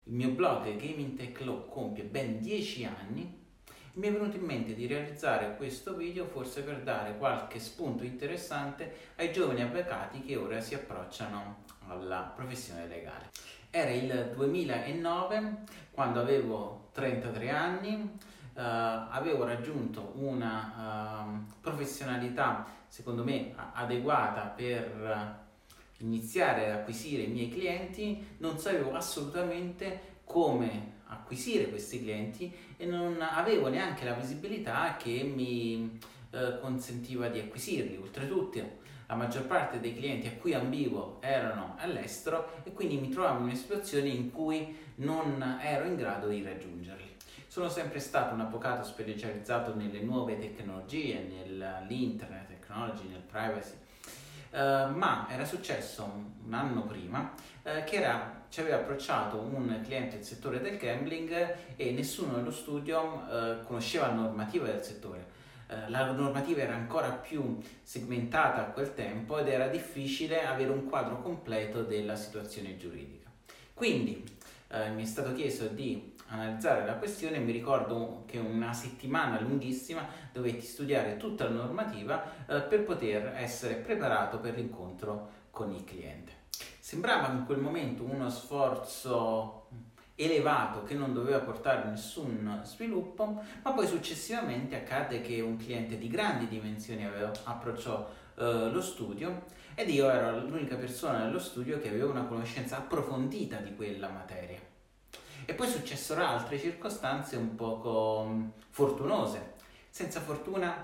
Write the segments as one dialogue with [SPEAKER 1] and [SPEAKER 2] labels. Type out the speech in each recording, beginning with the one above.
[SPEAKER 1] Il mio blog Gaming Tech Law compie ben 10 anni. Mi è venuto in mente di realizzare questo video forse per dare qualche spunto interessante ai giovani avvocati che ora si approcciano alla professione legale. Era il 2009, quando avevo 33 anni, avevo raggiunto una professionalità secondo me adeguata per iniziare ad acquisire i miei clienti. Non sapevo assolutamente come acquisire questi clienti e non avevo neanche la visibilità che mi consentiva di acquisirli. Oltretutto la maggior parte dei clienti a cui ambivo erano all'estero e quindi mi trovavo in una situazione in cui non ero in grado di raggiungerli. Sono sempre stato un avvocato specializzato nelle nuove tecnologie, nell'internet technology, nel privacy, ma era successo un anno prima che ci aveva approcciato un cliente del settore del gambling e nessuno nello studio conosceva la normativa del settore. La normativa era ancora più segmentata a quel tempo ed era difficile avere un quadro completo della situazione giuridica. Quindi mi è stato chiesto di analizzare la questione e mi ricordo che una settimana lunghissima dovetti studiare tutta la normativa per poter essere preparato per l'incontro con il cliente. Sembrava in quel momento uno sforzo elevato che non doveva portare nessun sviluppo, ma poi successivamente accadde che un cliente di grandi dimensioni approcciò lo studio ed io ero l'unica persona nello studio che aveva una conoscenza approfondita di quella materia. E poi successero altre circostanze un poco fortunose. Senza fortuna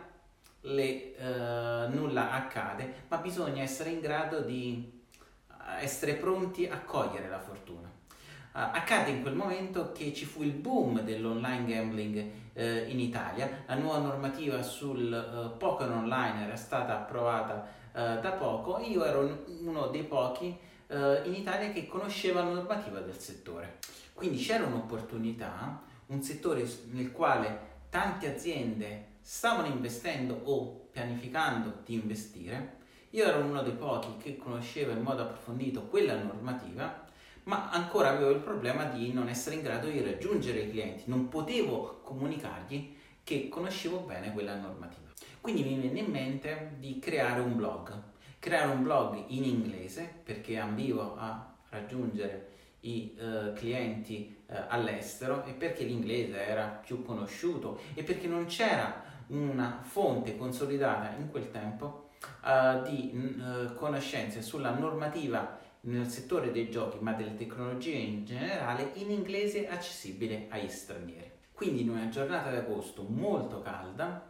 [SPEAKER 1] nulla accade, ma bisogna essere in grado di essere pronti a cogliere la fortuna. Accadde in quel momento che ci fu il boom dell'online gambling in Italia. La nuova normativa sul poker online era stata approvata da poco e io ero uno dei pochi in Italia che conosceva la normativa del settore. Quindi c'era un'opportunità, un settore nel quale tante aziende stavano investendo o pianificando di investire. Io ero uno dei pochi che conosceva in modo approfondito quella normativa, ma ancora avevo il problema di non essere in grado di raggiungere i clienti. Non potevo comunicargli che conoscevo bene quella normativa. Quindi mi venne in mente di creare un blog in inglese, perché ambivo a raggiungere i clienti all'estero e perché l'inglese era più conosciuto e perché non c'era una fonte consolidata in quel tempo di conoscenze sulla normativa nel settore dei giochi, ma delle tecnologie in generale, in inglese accessibile agli stranieri. Quindi in una giornata d'agosto molto calda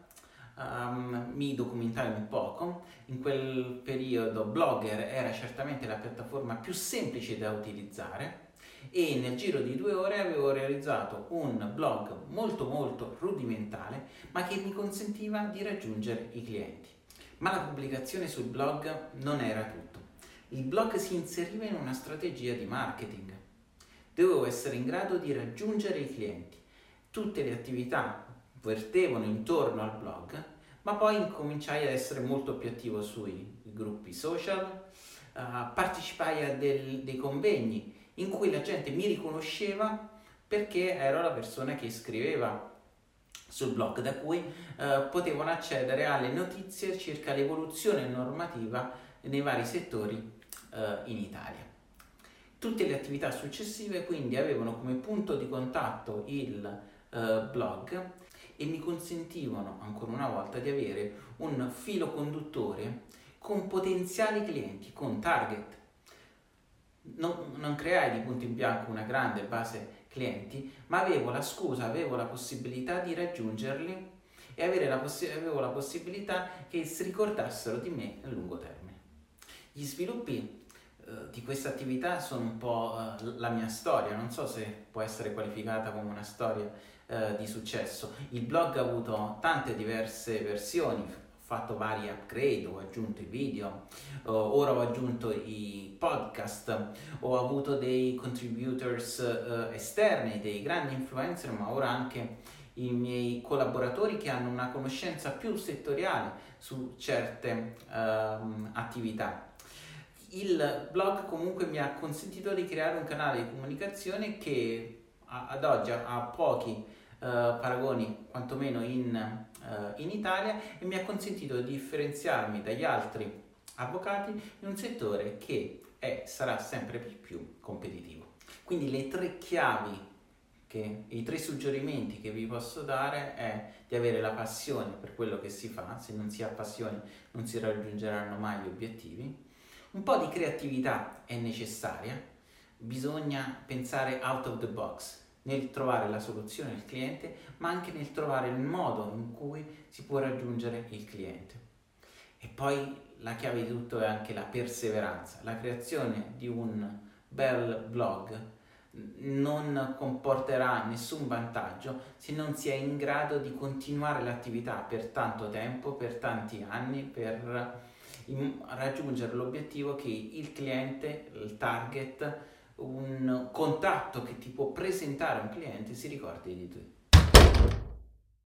[SPEAKER 1] mi documentai un poco. In quel periodo Blogger era certamente la piattaforma più semplice da utilizzare e nel giro di 2 ore avevo realizzato un blog molto rudimentale, ma che mi consentiva di raggiungere i clienti. Ma la pubblicazione sul blog non era tutto. Il blog si inseriva in una strategia di marketing. Dovevo essere in grado di raggiungere i clienti. Tutte le attività vertevano intorno al blog, ma poi incominciai ad essere molto più attivo sui gruppi social, partecipai a dei convegni in cui la gente mi riconosceva perché ero la persona che scriveva sul blog, da cui potevano accedere alle notizie circa l'evoluzione normativa nei vari settori in Italia. Tutte le attività successive quindi avevano come punto di contatto il blog e mi consentivano ancora una volta di avere un filo conduttore con potenziali clienti, con target. Non creai di punto in bianco una grande base clienti, ma avevo la possibilità di raggiungerli e avevo la possibilità che si ricordassero di me a lungo termine. Gli sviluppi di questa attività sono un po' la mia storia, non so se può essere qualificata come una storia di successo. Il blog ha avuto tante diverse versioni, ho fatto vari upgrade, ho aggiunto i video, ora ho aggiunto i podcast, ho avuto dei contributors esterni, dei grandi influencer, ma ora anche i miei collaboratori che hanno una conoscenza più settoriale su certe attività. Il blog comunque mi ha consentito di creare un canale di comunicazione che ad oggi ha pochi paragoni, quantomeno in Italia, e mi ha consentito di differenziarmi dagli altri avvocati in un settore che sarà sempre più competitivo. Quindi le tre chiavi, i tre suggerimenti che vi posso dare è di avere la passione per quello che si fa. Se non si ha passione non si raggiungeranno mai gli obiettivi. Un po' di creatività è necessaria, bisogna pensare out of the box nel trovare la soluzione al cliente, ma anche nel trovare il modo in cui si può raggiungere il cliente. E poi la chiave di tutto è anche la perseveranza. La creazione di un bel blog non comporterà nessun vantaggio se non si è in grado di continuare l'attività per tanto tempo, per tanti anni, per raggiungere l'obiettivo che il cliente, il target, un contatto che ti può presentare un cliente si ricordi di te.